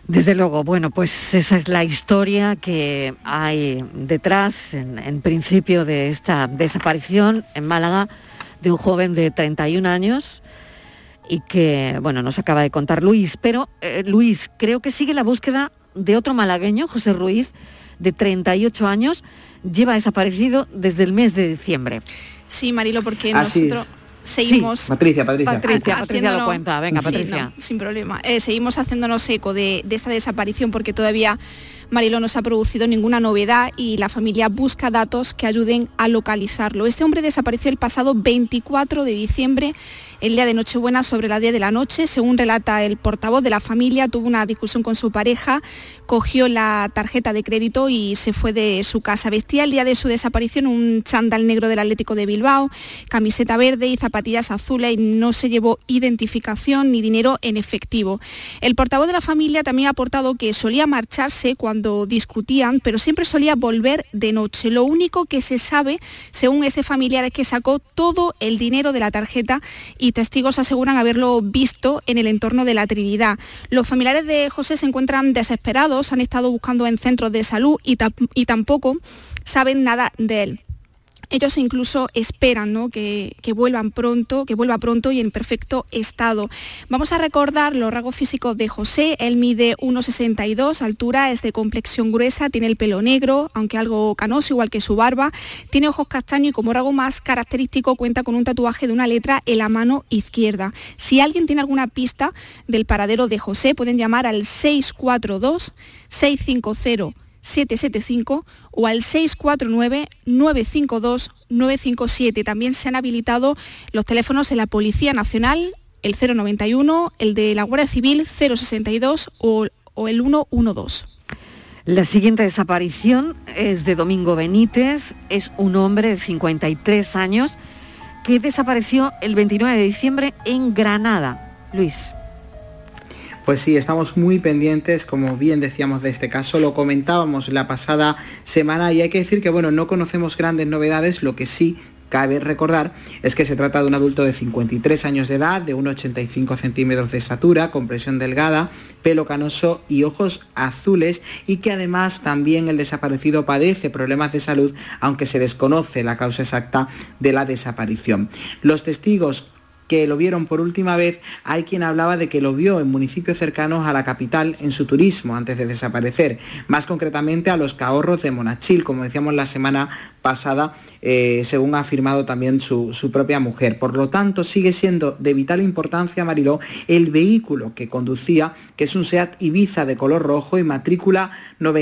Desde luego, bueno, pues esa es la historia que hay detrás, en principio, de esta desaparición en Málaga de un joven de 31 años y que, bueno, nos acaba de contar Luis. Pero, Luis, creo que sigue la búsqueda de otro malagueño, José Ruiz, de 38 años, lleva desaparecido desde el mes de diciembre. Sí, Marilo, porque Así nosotros... Seguimos... Sí. Patricia lo cuenta. Venga, Sí, Patricia. no, sin problema. Seguimos haciéndonos eco de esta desaparición porque todavía, Marilo, no se ha producido ninguna novedad y la familia busca datos que ayuden a localizarlo. Este hombre desapareció el pasado 24 de diciembre, el día de Nochebuena, sobre las 10 de la noche. Según relata el portavoz de la familia, tuvo una discusión con su pareja, cogió la tarjeta de crédito y se fue de su casa. Vestía el día de su desaparición un chándal negro del Atlético de Bilbao, camiseta verde y zapatillas azules, y no se llevó identificación ni dinero en efectivo. El portavoz de la familia también ha aportado que solía marcharse cuando discutían, pero siempre solía volver de noche. Lo único que se sabe, según este familiar, es que sacó todo el dinero de la tarjeta y testigos aseguran haberlo visto en el entorno de la Trinidad. Los familiares de José se encuentran desesperados, han estado buscando en centros de salud y tampoco saben nada de él. Ellos incluso esperan, ¿no?, que vuelva pronto y en perfecto estado. Vamos a recordar los rasgos físicos de José. Él mide 1,62, altura, es de complexión gruesa, tiene el pelo negro, aunque algo canoso, igual que su barba, tiene ojos castaños y como rasgo más característico cuenta con un tatuaje de una letra en la mano izquierda. Si alguien tiene alguna pista del paradero de José, pueden llamar al 642-650-775 o al 649-952-957. También se han habilitado los teléfonos en la Policía Nacional, el 091, el de la Guardia Civil 062 o el 112. La siguiente desaparición es de Domingo Benítez, es un hombre de 53 años que desapareció el 29 de diciembre en Granada. Luis. Pues sí, estamos muy pendientes, como bien decíamos, de este caso. Lo comentábamos la pasada semana y hay que decir que, bueno, no conocemos grandes novedades. Lo que sí cabe recordar es que se trata de un adulto de 53 años de edad, de 1,85 centímetros de estatura, complexión delgada, pelo canoso y ojos azules, y que además también el desaparecido padece problemas de salud, aunque se desconoce la causa exacta de la desaparición. Los testigos que lo vieron por última vez, hay quien hablaba de que lo vio en municipios cercanos a la capital en su turismo antes de desaparecer, más concretamente a los Cahorros de Monachil, como decíamos la semana pasada, según ha afirmado también su propia mujer. Por lo tanto, sigue siendo de vital importancia, Mariló, el vehículo que conducía, que es un SEAT Ibiza de color rojo y matrícula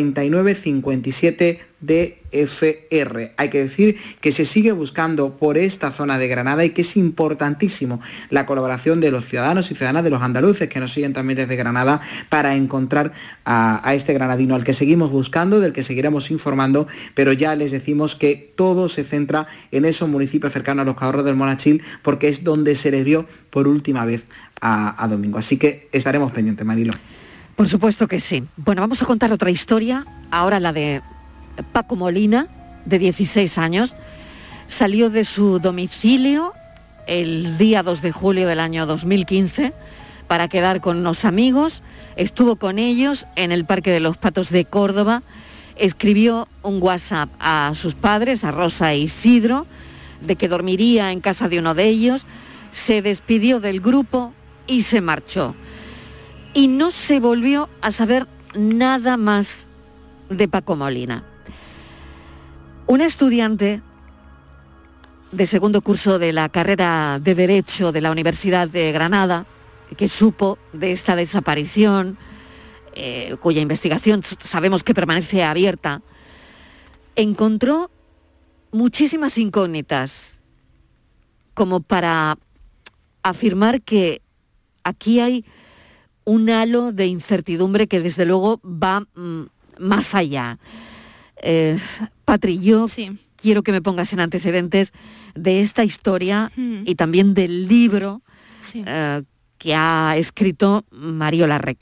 9957 DFR. Hay que decir que se sigue buscando por esta zona de Granada y que es importantísimo la colaboración de los ciudadanos y ciudadanas, de los andaluces que nos siguen también desde Granada, para encontrar a este granadino, al que seguimos buscando, del que seguiremos informando, pero ya les decimos que todo se centra en esos municipios cercanos a los Cahorros del Monachil, porque es donde se les vio por última vez a Domingo. Así que estaremos pendientes, Marilo. Por supuesto que sí. Bueno, vamos a contar otra historia, ahora la de Paco Molina, de 16 años. Salió de su domicilio el día 2 de julio del año 2015 para quedar con unos amigos. Estuvo con ellos en el Parque de los Patos de Córdoba. Escribió un WhatsApp a sus padres, a Rosa e Isidro, de que dormiría en casa de uno de ellos. Se despidió del grupo y se marchó. Y no se volvió a saber nada más de Paco Molina. Una estudiante de segundo curso de la carrera de Derecho de la Universidad de Granada, que supo de esta desaparición, cuya investigación sabemos que permanece abierta, encontró muchísimas incógnitas como para afirmar que aquí hay un halo de incertidumbre que desde luego va más allá. Patri, yo quiero que me pongas en antecedentes de esta historia y también del libro que ha escrito Mariola Reque.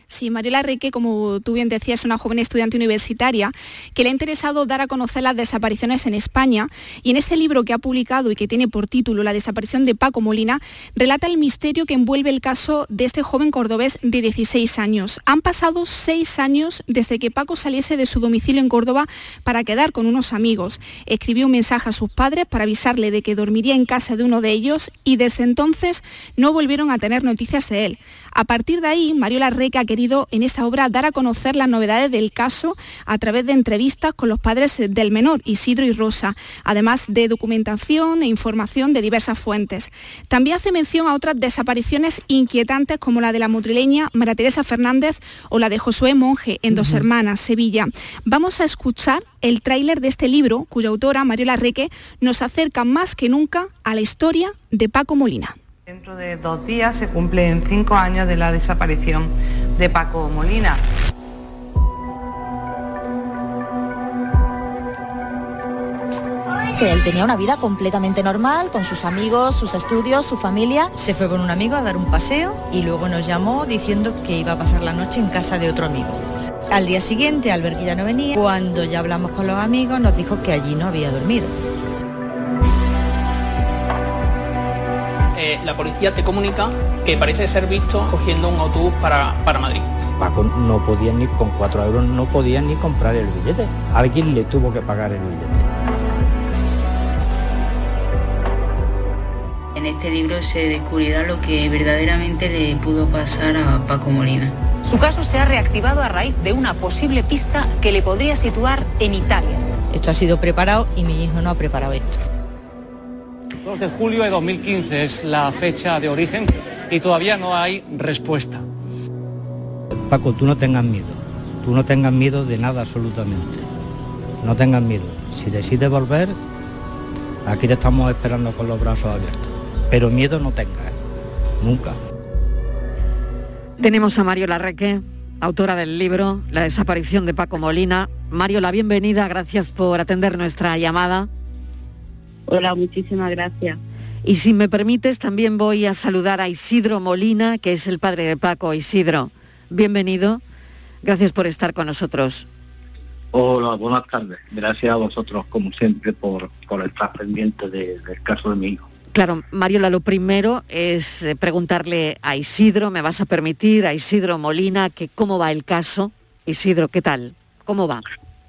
Sí, Mariola Reque, como tú bien decías, es una joven estudiante universitaria que le ha interesado dar a conocer las desapariciones en España, y en ese libro que ha publicado y que tiene por título La desaparición de Paco Molina, relata el misterio que envuelve el caso de este joven cordobés de 16 años. Han pasado 6 años desde que Paco saliese de su domicilio en Córdoba para quedar con unos amigos. Escribió un mensaje a sus padres para avisarle de que dormiría en casa de uno de ellos, y desde entonces no volvieron a tener noticias de él. A partir de ahí, Mariola Reque ha querido en esta obra dar a conocer las novedades del caso a través de entrevistas con los padres del menor, Isidro y Rosa, además de documentación e información de diversas fuentes. También hace mención a otras desapariciones inquietantes como la de la madrileña María Teresa Fernández o la de Josué Monge en Dos Hermanas, Sevilla. Vamos a escuchar el tráiler de este libro, cuya autora, Mariola Reque, nos acerca más que nunca a la historia de Paco Molina. Dentro de 2 días se cumplen 5 años de la desaparición de Paco Molina. Que él tenía una vida completamente normal, con sus amigos, sus estudios, su familia. Se fue con un amigo a dar un paseo y luego nos llamó diciendo que iba a pasar la noche en casa de otro amigo. Al día siguiente, al ver que ya no venía, cuando ya hablamos con los amigos, nos dijo que allí no había dormido. La policía te comunica que parece ser visto cogiendo un autobús para Madrid. Paco no podía ni con 4 euros, no podía ni comprar el billete. Alguien le tuvo que pagar el billete. En este libro se descubrirá lo que verdaderamente le pudo pasar a Paco Molina. Su caso se ha reactivado a raíz de una posible pista que le podría situar en Italia. Esto ha sido preparado y mi hijo no ha preparado esto. 2 de julio de 2015 es la fecha de origen y todavía no hay respuesta. Paco, tú no tengas miedo de nada absolutamente. No tengas miedo. Si decides volver, aquí te estamos esperando con los brazos abiertos. Pero miedo no tengas, nunca. Tenemos a Mariola Reque, autora del libro La desaparición de Paco Molina. Mariola, bienvenida, gracias por atender nuestra llamada. Hola, muchísimas gracias. Y si me permites, también voy a saludar a Isidro Molina, que es el padre de Paco. Isidro, bienvenido. Gracias por estar con nosotros. Hola, buenas tardes. Gracias a vosotros, como siempre, por estar pendiente del caso de mi hijo. Claro, Mariola, lo primero es preguntarle a Isidro, me vas a permitir, a Isidro Molina, que cómo va el caso. Isidro, ¿qué tal? ¿Cómo va?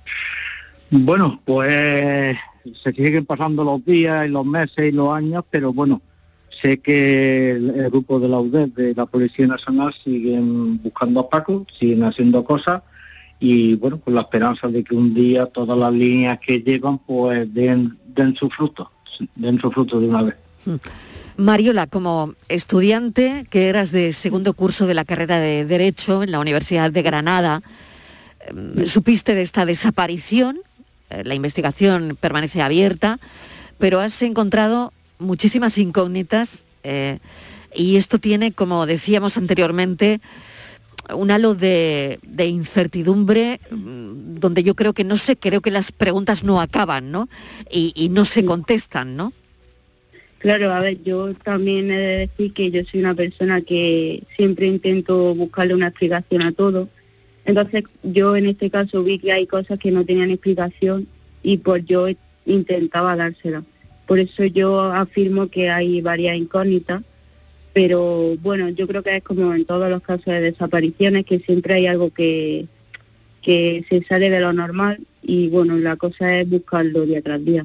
Bueno, pues se siguen pasando los días y los meses y los años, pero bueno, sé que el grupo de la UDEF, de la Policía Nacional, siguen buscando a Paco, siguen haciendo cosas y bueno, con la esperanza de que un día todas las líneas que llevan pues den su fruto de una vez. Mariola, como estudiante que eras de segundo curso de la carrera de Derecho en la Universidad de Granada, supiste de esta desaparición. La investigación permanece abierta, pero has encontrado muchísimas incógnitas y esto tiene, como decíamos anteriormente, un halo de incertidumbre donde yo creo que creo que las preguntas no acaban, ¿no? Y no se contestan, ¿no? Claro, a ver, yo también he de decir que yo soy una persona que siempre intento buscarle una explicación a todo. Entonces yo en este caso vi que hay cosas que no tenían explicación y pues yo intentaba dársela. Por eso yo afirmo que hay varias incógnitas, pero bueno, yo creo que es como en todos los casos de desapariciones, que siempre hay algo que se sale de lo normal y bueno, la cosa es buscarlo día tras día.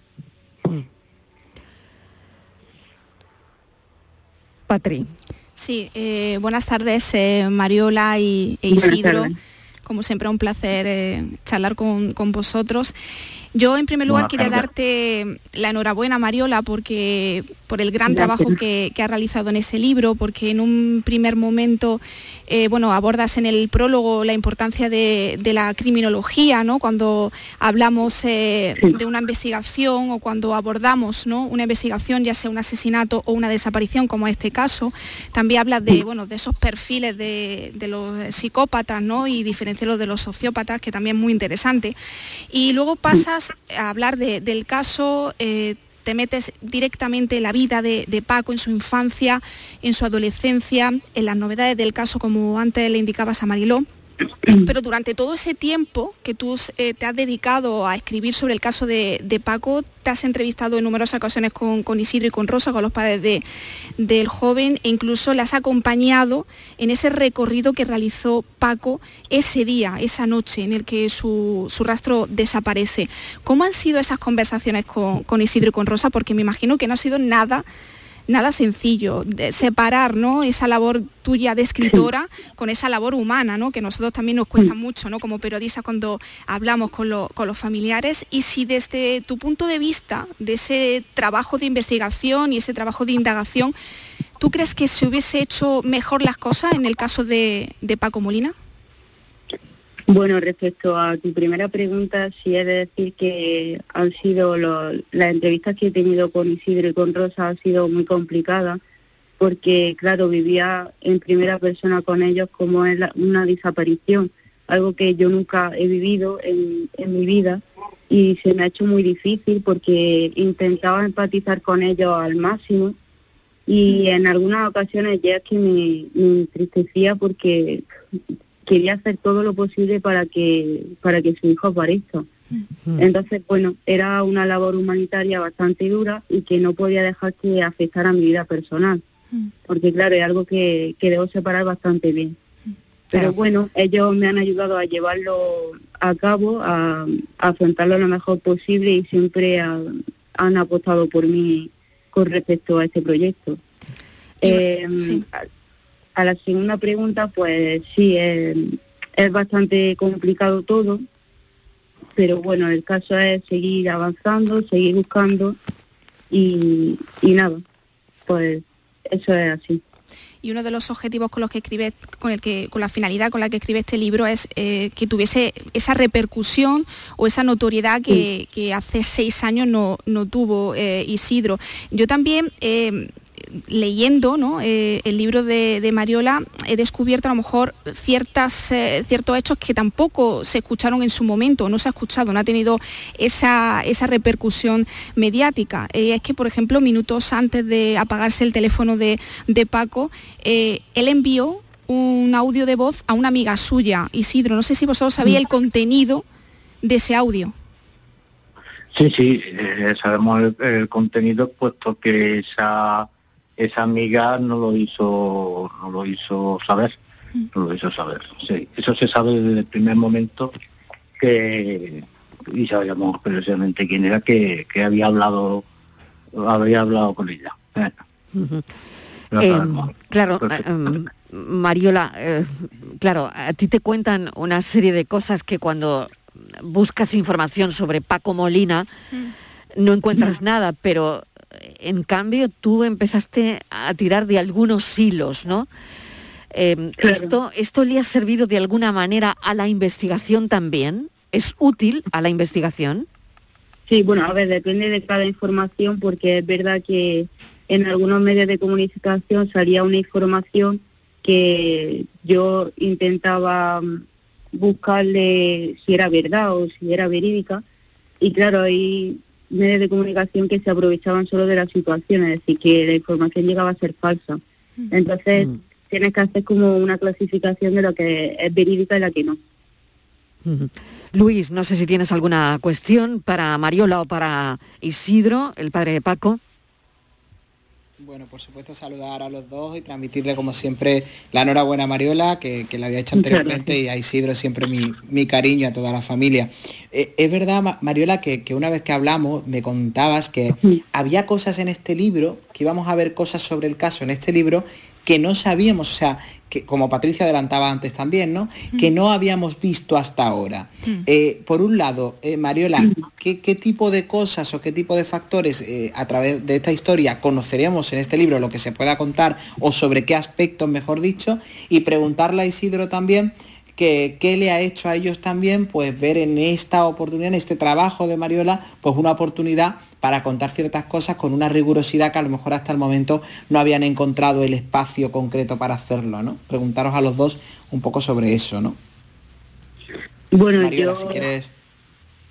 Patri. Sí, buenas tardes, Mariola e Isidro. Como siempre, un placer charlar con vosotros. Yo, en primer lugar, quería darte la enhorabuena, Mariola, porque por el gran trabajo que has realizado en ese libro, porque en un primer momento, abordas en el prólogo la importancia de la criminología, ¿no? Cuando hablamos de una investigación o cuando abordamos, ¿no?, una investigación, ya sea un asesinato o una desaparición, como este caso, también hablas de esos perfiles de los psicópatas, ¿no?, y diferenciarlos de los sociópatas, que también es muy interesante. Y luego pasas a hablar del caso te metes directamente en la vida de Paco, en su infancia, en su adolescencia, en las novedades del caso, como antes le indicabas a Mariló. Pero durante todo ese tiempo que tú te has dedicado a escribir sobre el caso de Paco, te has entrevistado en numerosas ocasiones con Isidro y con Rosa, con los padres del joven, e incluso las has acompañado en ese recorrido que realizó Paco ese día, esa noche en el que su rastro desaparece. ¿Cómo han sido esas conversaciones con Isidro y con Rosa? Porque me imagino que no ha sido nada sencillo, de separar, ¿no?, esa labor tuya de escritora con esa labor humana, ¿no?, que a nosotros también nos cuesta mucho, ¿no?, como periodistas cuando hablamos con los familiares. Y si desde tu punto de vista, de ese trabajo de investigación y ese trabajo de indagación, ¿tú crees que se hubiese hecho mejor las cosas en el caso de Paco Molina? Bueno, respecto a tu primera pregunta, sí he de decir que han sido las entrevistas que he tenido con Isidro y con Rosa han sido muy complicadas, porque claro, vivía en primera persona con ellos como es una desaparición, algo que yo nunca he vivido en mi vida, y se me ha hecho muy difícil porque intentaba empatizar con ellos al máximo, y en algunas ocasiones ya es que me entristecía porque quería hacer todo lo posible para que su hijo aparezca. Entonces, bueno, era una labor humanitaria bastante dura y que no podía dejar que afectara a mi vida personal, porque claro, es algo que debo separar bastante bien. Pero bueno, ellos me han ayudado a llevarlo a cabo, a afrontarlo lo mejor posible, y siempre han apostado por mí con respecto a este proyecto. Sí. A la segunda pregunta, pues sí, es bastante complicado todo, pero bueno, el caso es seguir avanzando, seguir buscando y nada, pues eso es así. Y uno de los objetivos con los que escribes, con la finalidad con la que escribe este libro es que tuviese esa repercusión o esa notoriedad que hace 6 años no tuvo Isidro. Yo también leyendo, ¿no?, el libro de Mariola, he descubierto a lo mejor ciertos hechos que tampoco se escucharon en su momento, no se ha escuchado, no ha tenido esa repercusión mediática. Es que, por ejemplo, minutos antes de apagarse el teléfono de Paco, él envió un audio de voz a una amiga suya, Isidro. No sé si vosotros sabíais el contenido de ese audio. Sí, sabemos el contenido, puesto que esa amiga no lo hizo saber. Sí, eso se sabe desde el primer momento, y sabíamos precisamente quién era, que había hablado con ella. Claro, Mariola, claro, a ti te cuentan una serie de cosas que cuando buscas información sobre Paco Molina no encuentras nada, pero en cambio tú empezaste a tirar de algunos hilos, ¿no? Claro. ¿Esto le ha servido de alguna manera a la investigación también? ¿Es útil a la investigación? Sí, bueno, a ver, depende de cada información, porque es verdad que en algunos medios de comunicación salía una información que yo intentaba buscarle si era verdad o si era verídica, y claro, hay medios de comunicación que se aprovechaban solo de la situación, es decir, que la información llegaba a ser falsa. Entonces tienes que hacer como una clasificación de lo que es verídica y la que no. Luis, no sé si tienes alguna cuestión para Mariola o para Isidro, el padre de Paco. Bueno, por supuesto, saludar a los dos y transmitirle, como siempre, la enhorabuena a Mariola, que la había hecho anteriormente, y a Isidro siempre mi cariño, a toda la familia. Es verdad, Mariola, que una vez que hablamos me contabas que había cosas en este libro, que íbamos a ver cosas sobre el caso en este libro que no sabíamos, o sea, que como Patricia adelantaba antes también, ¿no?, que no habíamos visto hasta ahora. Por un lado, Mariola, ¿qué tipo de cosas o qué tipo de factores a través de esta historia conoceremos en este libro, lo que se pueda contar, o sobre qué aspectos, mejor dicho? Y preguntarle a Isidro también qué le ha hecho a ellos también, pues ver en esta oportunidad, en este trabajo de Mariola, pues una oportunidad para contar ciertas cosas con una rigurosidad que a lo mejor hasta el momento no habían encontrado el espacio concreto para hacerlo, ¿no? Preguntaros a los dos un poco sobre eso, ¿no? Bueno, Mariola, si quieres.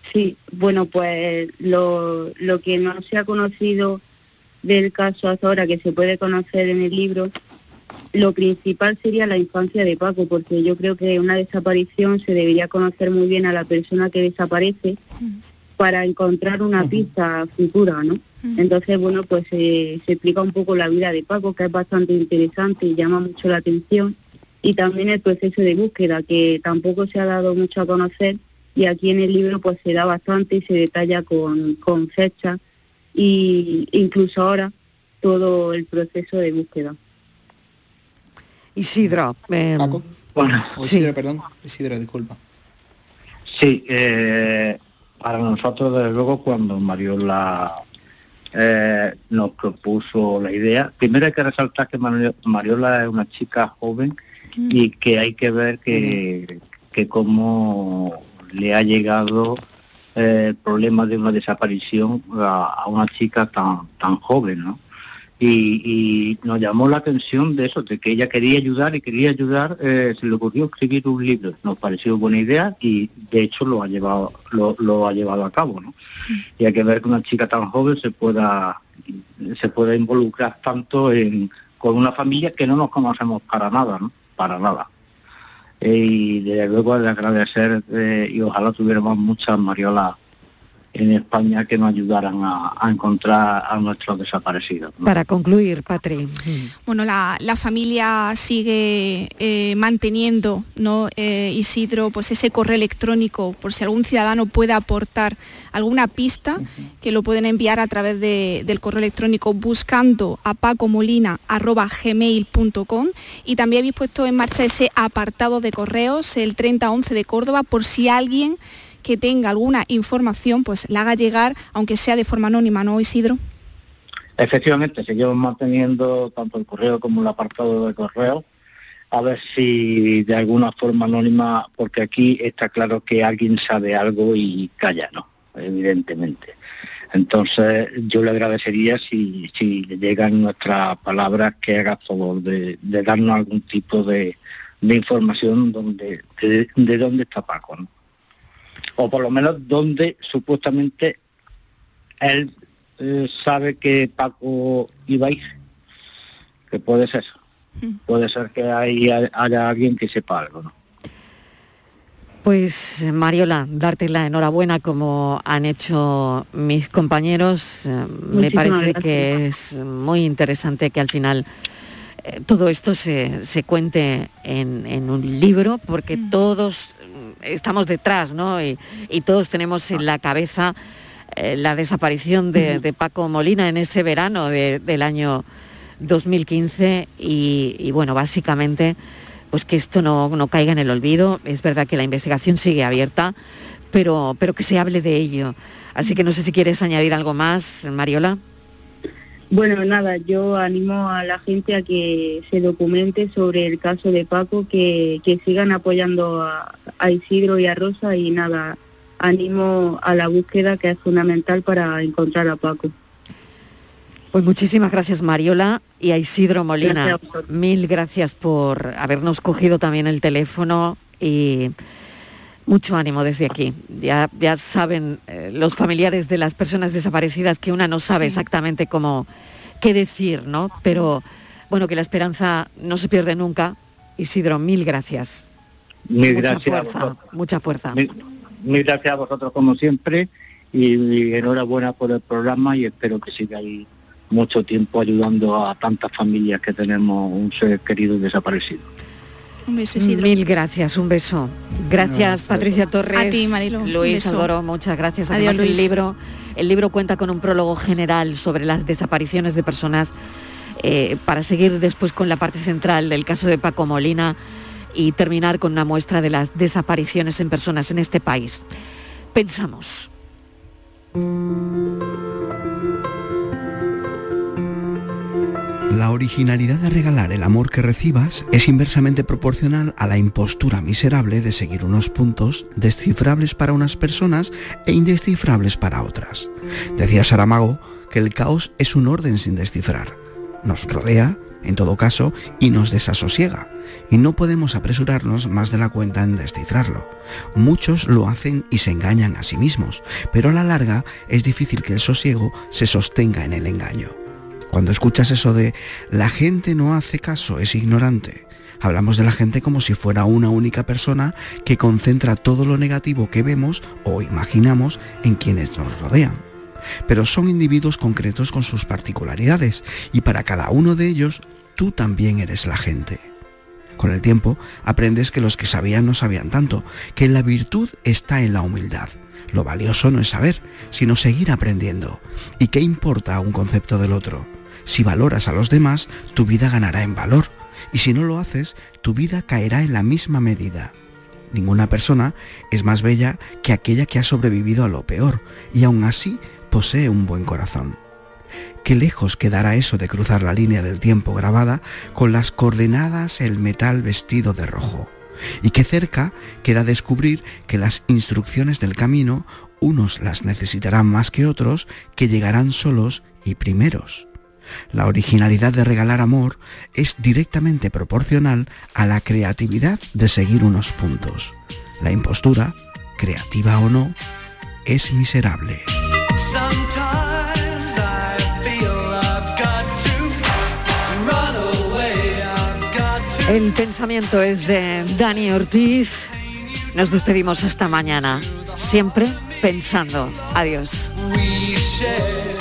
Sí, bueno, pues lo que no se ha conocido del caso hasta ahora, que se puede conocer en el libro, lo principal sería la infancia de Paco, porque yo creo que una desaparición se debería conocer muy bien a la persona que desaparece para encontrar una pista futura, ¿no? Entonces, bueno, pues se explica un poco la vida de Paco, que es bastante interesante y llama mucho la atención, y también el proceso de búsqueda, que tampoco se ha dado mucho a conocer, y aquí en el libro pues se da bastante y se detalla con fechas, y incluso ahora todo el proceso de búsqueda. Isidro. Paco. Bueno, Isidro, perdón. Isidro, disculpa. Sí, para nosotros, desde luego, cuando Mariola nos propuso la idea, primero hay que resaltar que Mariola es una chica joven y que hay que ver que cómo le ha llegado el problema de una desaparición a una chica tan joven, ¿no? Y nos llamó la atención de eso, de que ella quería ayudar, se le ocurrió escribir un libro. Nos pareció buena idea y de hecho lo ha llevado a cabo, ¿no? Y hay que ver que una chica tan joven se pueda involucrar tanto con una familia que no nos conocemos para nada, ¿no? Para nada. Y desde luego de agradecer y ojalá tuviéramos muchas Mariolas en España que nos ayudaran a encontrar a nuestros desaparecidos, ¿no? Para concluir, Patri. Bueno, la familia sigue manteniendo, ¿no, Isidro, pues ese correo electrónico, por si algún ciudadano puede aportar alguna pista, que lo pueden enviar a través del correo electrónico buscando a pacomolina@gmail.com, y también habéis puesto en marcha ese apartado de correos, el 3011 de Córdoba, por si alguien que tenga alguna información, pues la haga llegar, aunque sea de forma anónima, ¿no, Isidro? Efectivamente, seguimos manteniendo tanto el correo como el apartado de correo, a ver si de alguna forma anónima, porque aquí está claro que alguien sabe algo y calla, ¿no? Evidentemente. Entonces yo le agradecería si le llegan nuestras palabras, que haga favor de darnos algún tipo de información de dónde está Paco, ¿no? O por lo menos donde supuestamente él sabe que Paco iba a ir, que puede ser que haya alguien que sepa algo, ¿no? Pues Mariola, darte la enhorabuena como han hecho mis compañeros. Me parece que es muy interesante que al final todo esto se cuente en un libro, porque todos estamos detrás, ¿no? Y todos tenemos en la cabeza la desaparición de Paco Molina en ese verano del año 2015 y bueno, básicamente pues que esto no caiga en el olvido. Es verdad que la investigación sigue abierta, pero que se hable de ello. Así que no sé si quieres añadir algo más, Mariola. Bueno, nada, yo animo a la gente a que se documente sobre el caso de Paco, que sigan apoyando a Isidro y a Rosa, y nada, animo a la búsqueda, que es fundamental para encontrar a Paco. Pues muchísimas gracias, Mariola, y a Isidro Molina. Mil gracias por habernos cogido también el teléfono y mucho ánimo desde aquí. Ya saben los familiares de las personas desaparecidas que una no sabe exactamente qué decir, ¿no? Pero bueno, que la esperanza no se pierde nunca. Isidro, mil gracias. Mucha fuerza. Mil gracias a vosotros como siempre y enhorabuena por el programa, y espero que sigáis mucho tiempo ayudando a tantas familias que tenemos un ser querido desaparecido. Un beso, Isidro. Mil gracias, un beso. Gracias, Patricia Torres. A ti, Marilo. Luis Aldoro, muchas gracias. Además, Adiós, Luis. El libro cuenta con un prólogo general sobre las desapariciones de personas, para seguir después con la parte central del caso de Paco Molina y terminar con una muestra de las desapariciones en personas en este país. Pensamos. La originalidad de regalar el amor que recibas es inversamente proporcional a la impostura miserable de seguir unos puntos descifrables para unas personas e indescifrables para otras. Decía Saramago que el caos es un orden sin descifrar. Nos rodea en todo caso, y nos desasosiega. Y no podemos apresurarnos más de la cuenta en descifrarlo. Muchos lo hacen y se engañan a sí mismos, pero a la larga es difícil que el sosiego se sostenga en el engaño. Cuando escuchas eso de la gente no hace caso, es ignorante, hablamos de la gente como si fuera una única persona que concentra todo lo negativo que vemos o imaginamos en quienes nos rodean. Pero son individuos concretos con sus particularidades y para cada uno de ellos tú también eres la gente. Con el tiempo aprendes que los que sabían no sabían tanto, que la virtud está en la humildad. Lo valioso no es saber, sino seguir aprendiendo. ¿Y qué importa un concepto del otro? Si valoras a los demás, tu vida ganará en valor. Y si no lo haces, tu vida caerá en la misma medida. Ninguna persona es más bella que aquella que ha sobrevivido a lo peor y aún así posee un buen corazón. Qué lejos quedará eso de cruzar la línea del tiempo grabada con las coordenadas el metal vestido de rojo. Y qué cerca queda descubrir que las instrucciones del camino unos las necesitarán más que otros, que llegarán solos y primeros. La originalidad de regalar amor es directamente proporcional a la creatividad de seguir unos puntos. La impostura, creativa o no, es miserable. El pensamiento es de Dani Ortiz. Nos despedimos hasta mañana, siempre pensando. Adiós.